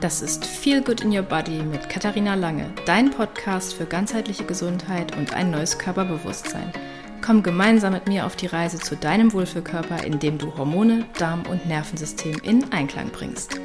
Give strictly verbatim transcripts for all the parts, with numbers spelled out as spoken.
Das ist Feel Good in Your Body mit Katharina Lange, dein Podcast für ganzheitliche Gesundheit und ein neues Körperbewusstsein. Komm gemeinsam mit mir auf die Reise zu deinem Wohlfühlkörper, indem du Hormone, Darm- und Nervensystem in Einklang bringst.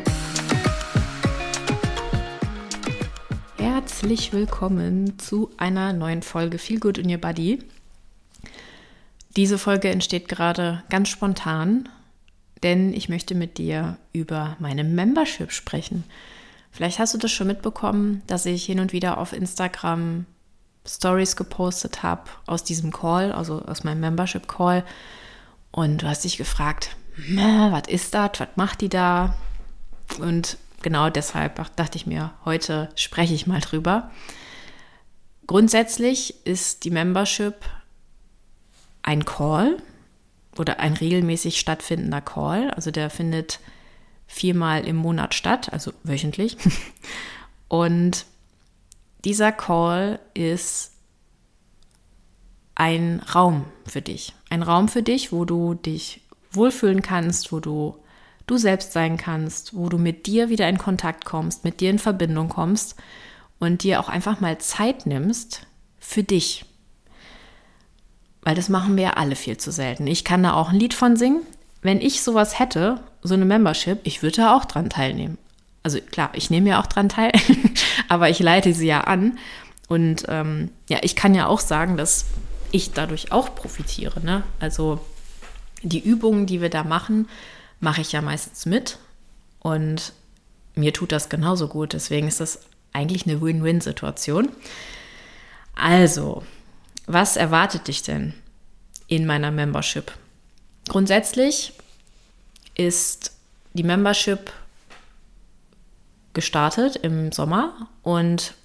Herzlich willkommen zu einer neuen Folge Feel Good in Your Body. Diese Folge entsteht gerade ganz spontan, denn ich möchte mit dir über meine Membership sprechen. Vielleicht hast du das schon mitbekommen, dass ich hin und wieder auf Instagram Stories gepostet habe aus diesem Call, also aus meinem Membership Call. Und du hast dich gefragt, was ist das, was macht die da? Und genau deshalb dachte ich mir, heute spreche ich mal drüber. Grundsätzlich ist die Membership ein Call oder ein regelmäßig stattfindender Call. Also der findet viermal im Monat statt, also wöchentlich. Und dieser Call ist ein Raum für dich. Ein Raum für dich, wo du dich wohlfühlen kannst, wo du du selbst sein kannst, wo du mit dir wieder in Kontakt kommst, mit dir in Verbindung kommst und dir auch einfach mal Zeit nimmst für dich. Weil das machen wir ja alle viel zu selten. Ich kann da auch ein Lied von singen. Wenn ich sowas hätte, so eine Membership, ich würde da auch dran teilnehmen. Also klar, ich nehme ja auch dran teil, aber ich leite sie ja an. Und ähm, ja, ich kann ja auch sagen, dass ich dadurch auch profitiere. Ne? Also die Übungen, die wir da machen, mache ich ja meistens mit. Und mir tut das genauso gut. Deswegen ist das eigentlich eine Win-Win-Situation. Also, was erwartet dich denn in meiner Membership? Grundsätzlich ist die Membership gestartet im Sommer und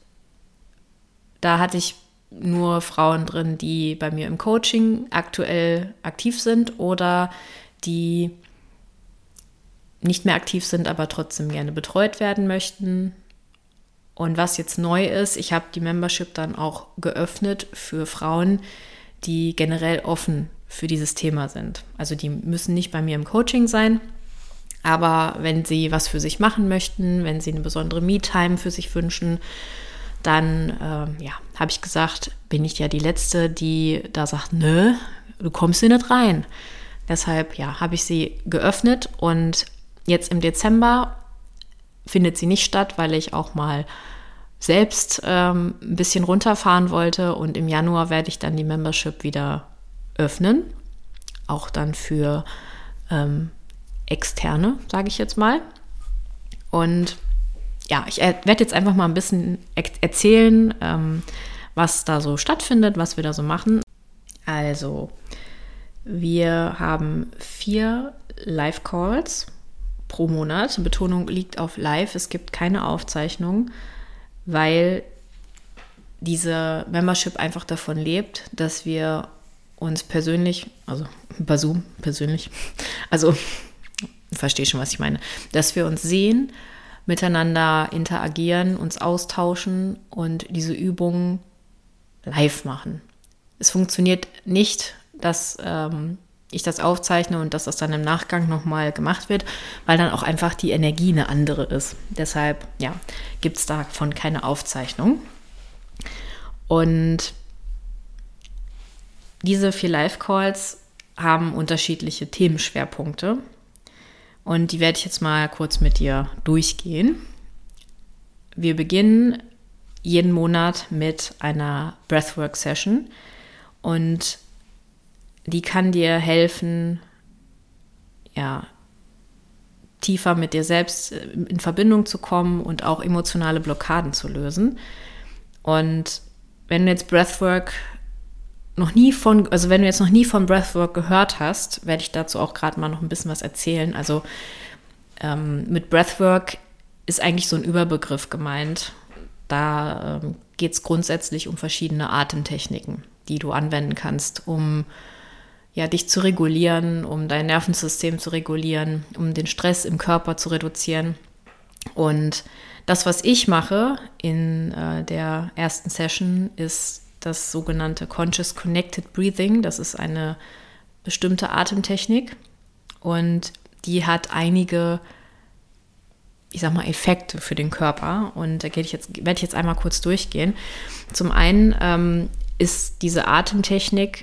da hatte ich nur Frauen drin, die bei mir im Coaching aktuell aktiv sind oder die nicht mehr aktiv sind, aber trotzdem gerne betreut werden möchten. Und was jetzt neu ist, ich habe die Membership dann auch geöffnet für Frauen, die generell offen für dieses Thema sind. Also die müssen nicht bei mir im Coaching sein, aber wenn sie was für sich machen möchten, wenn sie eine besondere Me-Time für sich wünschen, dann äh, ja, habe ich gesagt, bin ich ja die Letzte, die da sagt, nö, du kommst hier nicht rein. Deshalb ja, habe ich sie geöffnet und jetzt im Dezember findet sie nicht statt, weil ich auch mal selbst ähm, ein bisschen runterfahren wollte und im Januar werde ich dann die Membership wieder öffnen, auch dann für ähm, Externe, sage ich jetzt mal. Und ja, ich er- werde jetzt einfach mal ein bisschen er- erzählen, ähm, was da so stattfindet, was wir da so machen. Also, wir haben vier Live-Calls pro Monat. Betonung liegt auf live. Es gibt keine Aufzeichnung, weil diese Membership einfach davon lebt, dass wir uns persönlich, also bei Zoom persönlich, also verstehe schon, was ich meine, dass wir uns sehen, miteinander interagieren, uns austauschen und diese Übungen live machen. Es funktioniert nicht, dass ähm, ich das aufzeichne und dass das dann im Nachgang nochmal gemacht wird, weil dann auch einfach die Energie eine andere ist. Deshalb, ja, gibt es davon keine Aufzeichnung. Und diese vier Live-Calls haben unterschiedliche Themenschwerpunkte und die werde ich jetzt mal kurz mit dir durchgehen. Wir beginnen jeden Monat mit einer Breathwork-Session und die kann dir helfen, ja, tiefer mit dir selbst in Verbindung zu kommen und auch emotionale Blockaden zu lösen. Und wenn du jetzt Breathwork noch nie von, also wenn du jetzt noch nie von Breathwork gehört hast, werde ich dazu auch gerade mal noch ein bisschen was erzählen. Also ähm, mit Breathwork ist eigentlich so ein Überbegriff gemeint. Da ähm, geht es grundsätzlich um verschiedene Atemtechniken, die du anwenden kannst, um ja, dich zu regulieren, um dein Nervensystem zu regulieren, um den Stress im Körper zu reduzieren. Und das, was ich mache in äh, der ersten Session, ist das sogenannte Conscious Connected Breathing. Das ist eine bestimmte Atemtechnik und die hat einige ich sag mal, Effekte für den Körper. Und da gehe ich jetzt, werde ich jetzt einmal kurz durchgehen. Zum einen ähm, ist diese Atemtechnik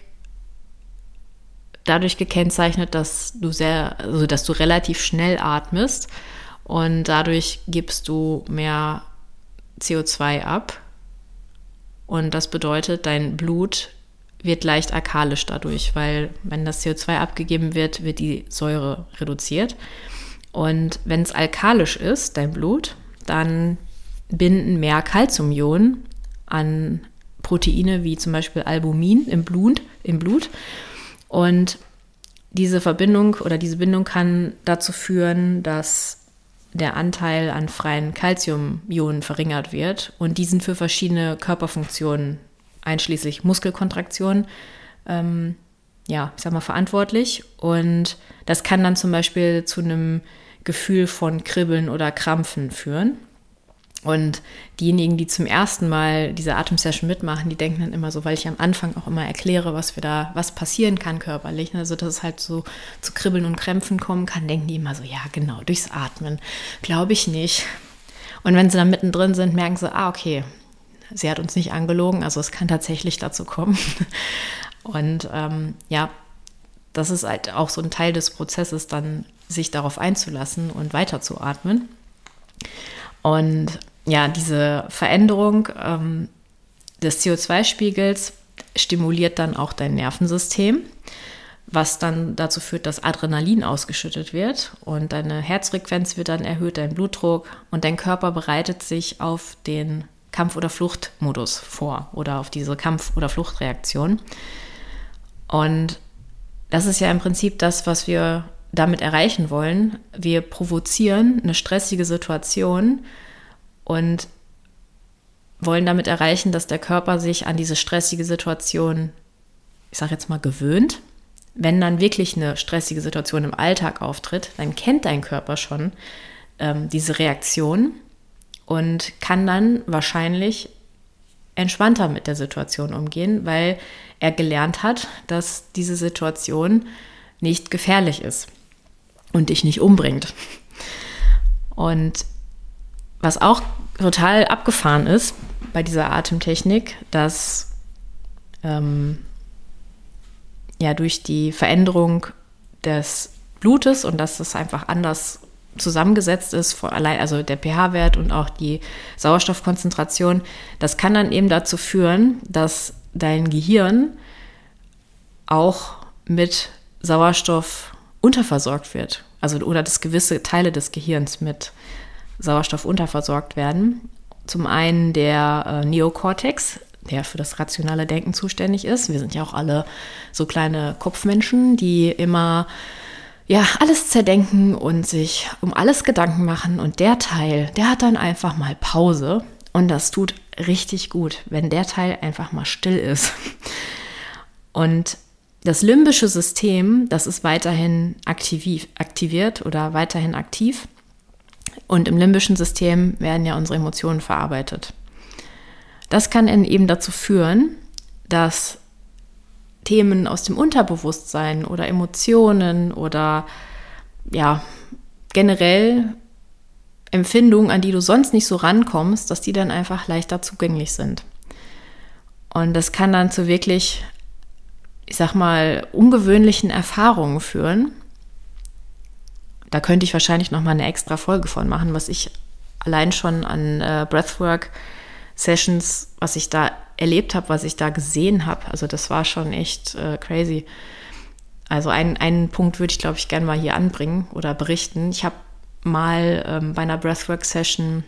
dadurch gekennzeichnet, dass du sehr, also dass du relativ schnell atmest und dadurch gibst du mehr C O zwei ab. Und das bedeutet, dein Blut wird leicht alkalisch dadurch, weil wenn das C O zwei abgegeben wird, wird die Säure reduziert. Und wenn es alkalisch ist, dein Blut, dann binden mehr Calciumionen an Proteine wie zum Beispiel Albumin im Blut, im Blut. Und diese Verbindung oder diese Bindung kann dazu führen, dass der Anteil an freien Calciumionen verringert wird. Und die sind für verschiedene Körperfunktionen, einschließlich Muskelkontraktion, ähm, ja, ich sag mal, verantwortlich. Und das kann dann zum Beispiel zu einem Gefühl von Kribbeln oder Krampfen führen. Und diejenigen, die zum ersten Mal diese Atemsession mitmachen, die denken dann immer so, weil ich am Anfang auch immer erkläre, was wir da, was passieren kann körperlich, also dass es halt so zu Kribbeln und Krämpfen kommen kann, denken die immer so, ja genau, durchs Atmen, glaube ich nicht. Und wenn sie dann mittendrin sind, merken sie, ah okay, sie hat uns nicht angelogen, also es kann tatsächlich dazu kommen. Und ähm, ja, das ist halt auch so ein Teil des Prozesses, dann sich darauf einzulassen und weiterzuatmen. Und ja, diese Veränderung ähm, des C O zwei Spiegels stimuliert dann auch dein Nervensystem, was dann dazu führt, dass Adrenalin ausgeschüttet wird und deine Herzfrequenz wird dann erhöht, dein Blutdruck und dein Körper bereitet sich auf den Kampf- oder Fluchtmodus vor oder auf diese Kampf- oder Fluchtreaktion. Und das ist ja im Prinzip das, was wir damit erreichen wollen. Wir provozieren eine stressige Situation und wollen damit erreichen, dass der Körper sich an diese stressige Situation, ich sage jetzt mal, gewöhnt. Wenn dann wirklich eine stressige Situation im Alltag auftritt, dann kennt dein Körper schon ähm, diese Reaktion und kann dann wahrscheinlich entspannter mit der Situation umgehen, weil er gelernt hat, dass diese Situation nicht gefährlich ist und dich nicht umbringt. Und was auch total abgefahren ist bei dieser Atemtechnik, dass ähm, ja durch die Veränderung des Blutes und dass es einfach anders zusammengesetzt ist, vor allein, also der pH-Wert und auch die Sauerstoffkonzentration, das kann dann eben dazu führen, dass dein Gehirn auch mit Sauerstoff unterversorgt wird. Also oder dass gewisse Teile des Gehirns mit Sauerstoff unterversorgt werden. Zum einen der äh, Neokortex, der für das rationale Denken zuständig ist. Wir sind ja auch alle so kleine Kopfmenschen, die immer ja alles zerdenken und sich um alles Gedanken machen. Und der Teil, der hat dann einfach mal Pause. Und das tut richtig gut, wenn der Teil einfach mal still ist. Und das limbische System, das ist weiterhin aktiv, aktiviert oder weiterhin aktiv. Und im limbischen System werden ja unsere Emotionen verarbeitet. Das kann eben dazu führen, dass Themen aus dem Unterbewusstsein oder Emotionen oder ja generell Empfindungen, an die du sonst nicht so rankommst, dass die dann einfach leichter zugänglich sind. Und das kann dann zu wirklich, ich sag mal, ungewöhnlichen Erfahrungen führen. Da könnte ich wahrscheinlich noch mal eine extra Folge von machen, was ich allein schon an äh, Breathwork-Sessions, was ich da erlebt habe, was ich da gesehen habe. Also das war schon echt äh, crazy. Also ein, einen Punkt würde ich, glaube ich, gerne mal hier anbringen oder berichten. Ich habe mal ähm, bei einer Breathwork-Session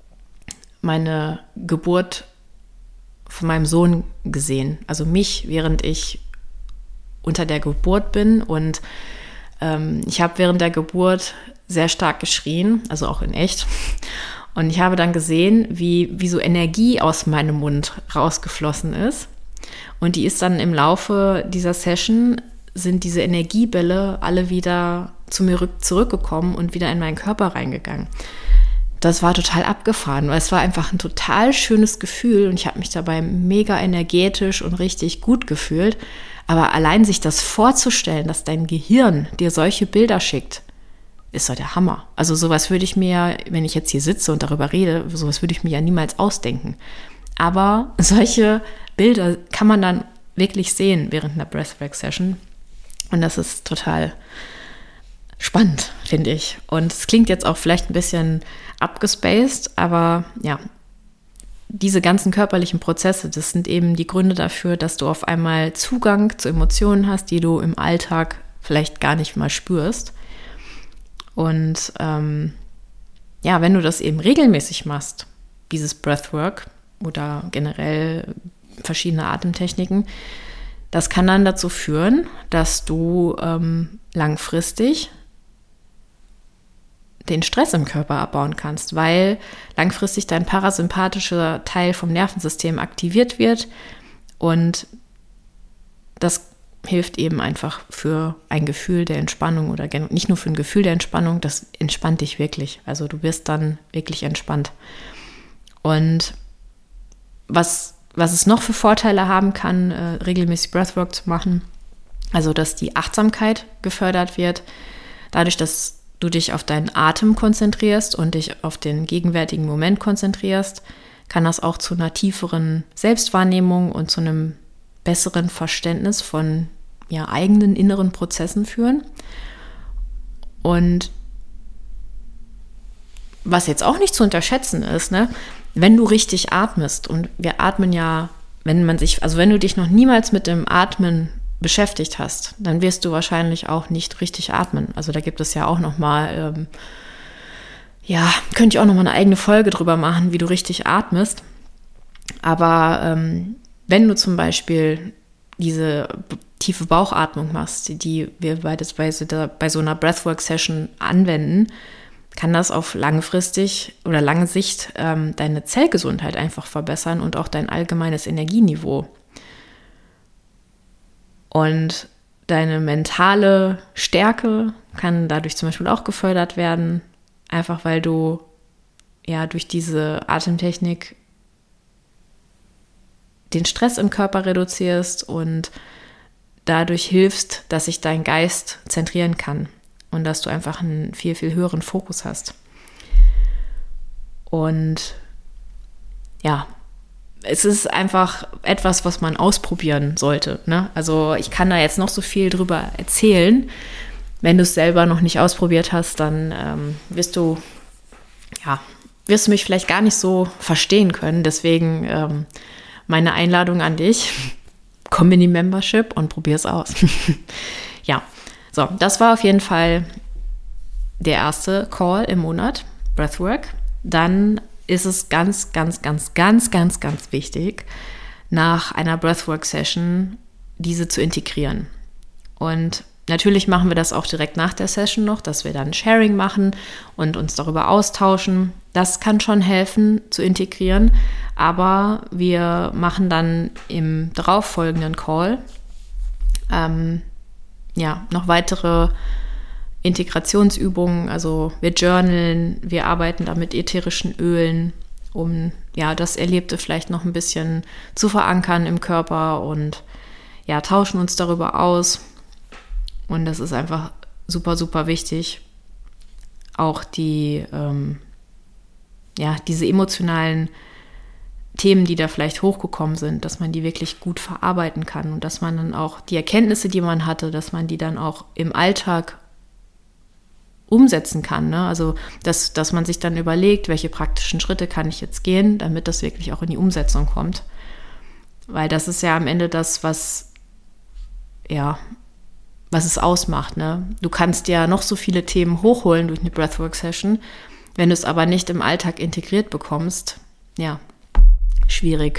meine Geburt von meinem Sohn gesehen. Also mich, während ich unter der Geburt bin und ich habe während der Geburt sehr stark geschrien, also auch in echt. Und ich habe dann gesehen, wie, wie so Energie aus meinem Mund rausgeflossen ist. Und die ist dann im Laufe dieser Session, sind diese Energiebälle alle wieder zu mir zurückgekommen und wieder in meinen Körper reingegangen. Das war total abgefahren, weil es war einfach ein total schönes Gefühl und ich habe mich dabei mega energetisch und richtig gut gefühlt. Aber allein sich das vorzustellen, dass dein Gehirn dir solche Bilder schickt, ist doch der Hammer. Also sowas würde ich mir, wenn ich jetzt hier sitze und darüber rede, sowas würde ich mir ja niemals ausdenken. Aber solche Bilder kann man dann wirklich sehen während einer Breathwork-Session. Und das ist total spannend, finde ich. Und es klingt jetzt auch vielleicht ein bisschen abgespaced, aber ja, diese ganzen körperlichen Prozesse, das sind eben die Gründe dafür, dass du auf einmal Zugang zu Emotionen hast, die du im Alltag vielleicht gar nicht mal spürst. Und ähm, ja, wenn du das eben regelmäßig machst, dieses Breathwork oder generell verschiedene Atemtechniken, das kann dann dazu führen, dass du ähm, langfristig den Stress im Körper abbauen kannst, weil langfristig dein parasympathischer Teil vom Nervensystem aktiviert wird und das hilft eben einfach für ein Gefühl der Entspannung oder nicht nur für ein Gefühl der Entspannung, das entspannt dich wirklich. Also du wirst dann wirklich entspannt. Und was, was es noch für Vorteile haben kann, äh, regelmäßig Breathwork zu machen, also dass die Achtsamkeit gefördert wird, dadurch, dass du dich auf deinen Atem konzentrierst und dich auf den gegenwärtigen Moment konzentrierst, kann das auch zu einer tieferen Selbstwahrnehmung und zu einem besseren Verständnis von ja, eigenen inneren Prozessen führen. Und was jetzt auch nicht zu unterschätzen ist, ne, wenn du richtig atmest, und wir atmen ja, wenn man sich, also wenn du dich noch niemals mit dem Atmen beschäftigt hast, dann wirst du wahrscheinlich auch nicht richtig atmen. Also da gibt es ja auch noch mal, ähm, ja, könnte ich auch noch mal eine eigene Folge drüber machen, wie du richtig atmest. Aber ähm, wenn du zum Beispiel diese tiefe Bauchatmung machst, die wir beispielsweise da bei so einer Breathwork-Session anwenden, kann das auf langfristig oder lange Sicht ähm, deine Zellgesundheit einfach verbessern und auch dein allgemeines Energieniveau. Und deine mentale Stärke kann dadurch zum Beispiel auch gefördert werden, einfach weil du ja durch diese Atemtechnik den Stress im Körper reduzierst und dadurch hilfst, dass sich dein Geist zentrieren kann und dass du einfach einen viel, viel höheren Fokus hast. Und ja, es ist einfach etwas, was man ausprobieren sollte, ne? Also ich kann da jetzt noch so viel drüber erzählen. Wenn du es selber noch nicht ausprobiert hast, dann ähm, wirst du, ja, wirst du mich vielleicht gar nicht so verstehen können. Deswegen ähm, meine Einladung an dich, komm in die Membership und probier es aus. Ja, so, das war auf jeden Fall der erste Call im Monat, Breathwork. Dann ist es ganz, ganz, ganz, ganz, ganz, ganz wichtig, nach einer Breathwork-Session diese zu integrieren. Und natürlich machen wir das auch direkt nach der Session noch, dass wir dann Sharing machen und uns darüber austauschen. Das kann schon helfen zu integrieren, aber wir machen dann im darauffolgenden Call ähm, ja, noch weitere Integrationsübungen, also wir journalen, wir arbeiten da mit ätherischen Ölen, um ja das Erlebte vielleicht noch ein bisschen zu verankern im Körper und ja, tauschen uns darüber aus. Und das ist einfach super, super wichtig, auch die, ähm, ja, diese emotionalen Themen, die da vielleicht hochgekommen sind, dass man die wirklich gut verarbeiten kann und dass man dann auch die Erkenntnisse, die man hatte, dass man die dann auch im Alltag umsetzen kann, ne? Also, dass, dass man sich dann überlegt, welche praktischen Schritte kann ich jetzt gehen, damit das wirklich auch in die Umsetzung kommt. Weil das ist ja am Ende das, was, ja, was es ausmacht, ne? Du kannst ja noch so viele Themen hochholen durch eine Breathwork-Session, wenn du es aber nicht im Alltag integriert bekommst, ja, schwierig.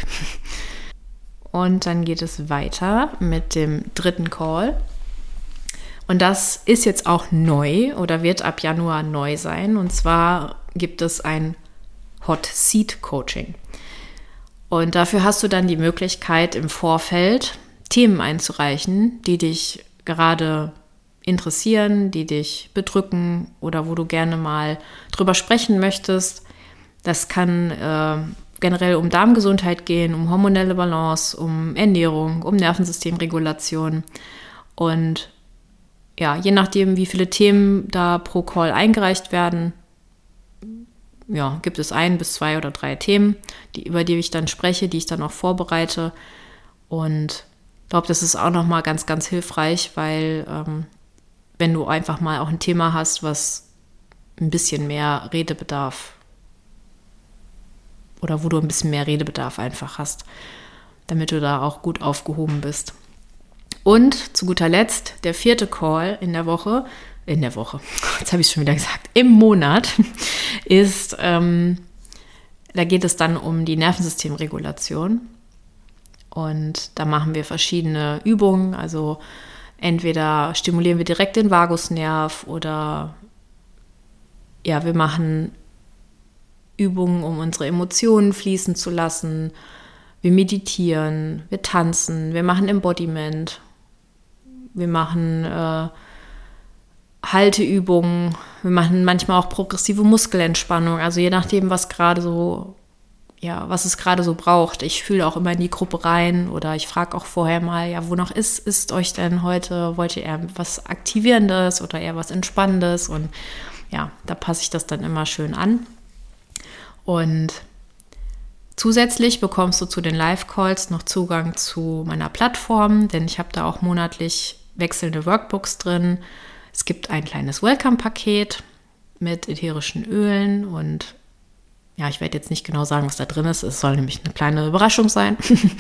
Und dann geht es weiter mit dem dritten Call. Und das ist jetzt auch neu oder wird ab Januar neu sein. Und zwar gibt es ein Hot Seat Coaching. Und dafür hast du dann die Möglichkeit, im Vorfeld Themen einzureichen, die dich gerade interessieren, die dich bedrücken oder wo du gerne mal drüber sprechen möchtest. Das kann äh, generell um Darmgesundheit gehen, um hormonelle Balance, um Ernährung, um Nervensystemregulation. Und ja, je nachdem, wie viele Themen da pro Call eingereicht werden, ja, gibt es ein bis zwei oder drei Themen, die, über die ich dann spreche, die ich dann auch vorbereite. Und ich glaube, das ist auch nochmal ganz, ganz hilfreich, weil ähm, wenn du einfach mal auch ein Thema hast, was ein bisschen mehr Redebedarf oder wo du ein bisschen mehr Redebedarf einfach hast, damit du da auch gut aufgehoben bist. Und zu guter Letzt, der vierte Call in der Woche, in der Woche, jetzt habe ich es schon wieder gesagt, im Monat ist, ähm, da geht es dann um die Nervensystemregulation. Und da machen wir verschiedene Übungen, also entweder stimulieren wir direkt den Vagusnerv oder ja, wir machen Übungen, um unsere Emotionen fließen zu lassen. Wir meditieren, wir tanzen, wir machen Embodiment, wir machen äh, Halteübungen, wir machen manchmal auch progressive Muskelentspannung, also je nachdem, was gerade so, ja, was es gerade so braucht. Ich fühle auch immer in die Gruppe rein oder ich frage auch vorher mal, ja, wonach ist, ist euch denn heute? Wollt ihr eher was Aktivierendes oder eher was Entspannendes? Und ja, da passe ich das dann immer schön an. Und zusätzlich bekommst du zu den Live-Calls noch Zugang zu meiner Plattform, denn ich habe da auch monatlich wechselnde Workbooks drin. Es gibt ein kleines Welcome-Paket mit ätherischen Ölen und ja, ich werde jetzt nicht genau sagen, was da drin ist. Es soll nämlich eine kleine Überraschung sein.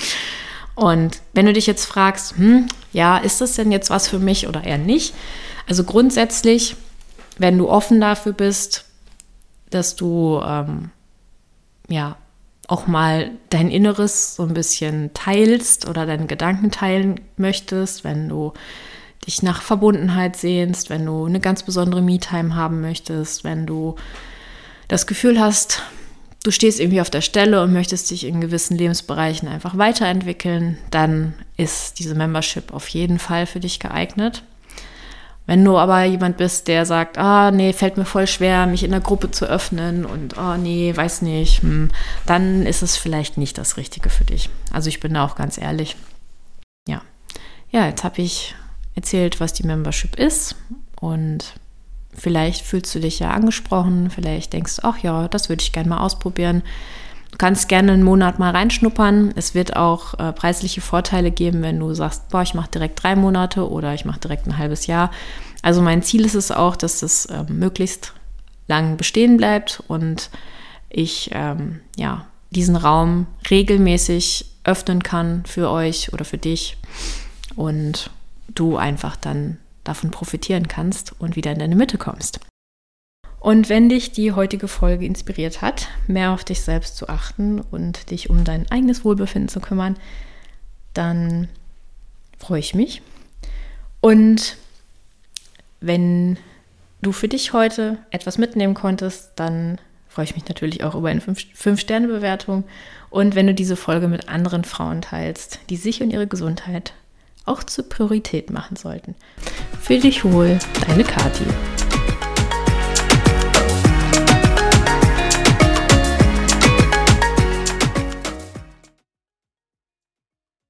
Und wenn du dich jetzt fragst, hm, ja, ist das denn jetzt was für mich oder eher nicht? Also grundsätzlich, wenn du offen dafür bist, dass du ähm, ja auch mal dein Inneres so ein bisschen teilst oder deine Gedanken teilen möchtest, wenn du dich nach Verbundenheit sehnst, wenn du eine ganz besondere Me-Time haben möchtest, wenn du das Gefühl hast, du stehst irgendwie auf der Stelle und möchtest dich in gewissen Lebensbereichen einfach weiterentwickeln, dann ist diese Membership auf jeden Fall für dich geeignet. Wenn du aber jemand bist, der sagt, ah, nee, fällt mir voll schwer, mich in der Gruppe zu öffnen und, oh, nee, weiß nicht, hm, dann ist es vielleicht nicht das Richtige für dich. Also ich bin da auch ganz ehrlich. Ja, ja, jetzt habe ich erzählt, was die Membership ist und vielleicht fühlst du dich ja angesprochen, vielleicht denkst du, ach ja, das würde ich gerne mal ausprobieren. Du kannst gerne einen Monat mal reinschnuppern. Es wird auch äh, preisliche Vorteile geben, wenn du sagst, boah, ich mache direkt drei Monate oder ich mache direkt ein halbes Jahr. Also mein Ziel ist es auch, dass das äh, möglichst lang bestehen bleibt und ich ähm, ja, diesen Raum regelmäßig öffnen kann für euch oder für dich und du einfach dann davon profitieren kannst und wieder in deine Mitte kommst. Und wenn dich die heutige Folge inspiriert hat, mehr auf dich selbst zu achten und dich um dein eigenes Wohlbefinden zu kümmern, dann freue ich mich. Und wenn du für dich heute etwas mitnehmen konntest, dann freue ich mich natürlich auch über eine fünf Sterne Bewertung. Und wenn du diese Folge mit anderen Frauen teilst, die sich und ihre Gesundheit auch zur Priorität machen sollten. Fühl dich wohl, deine Kathi.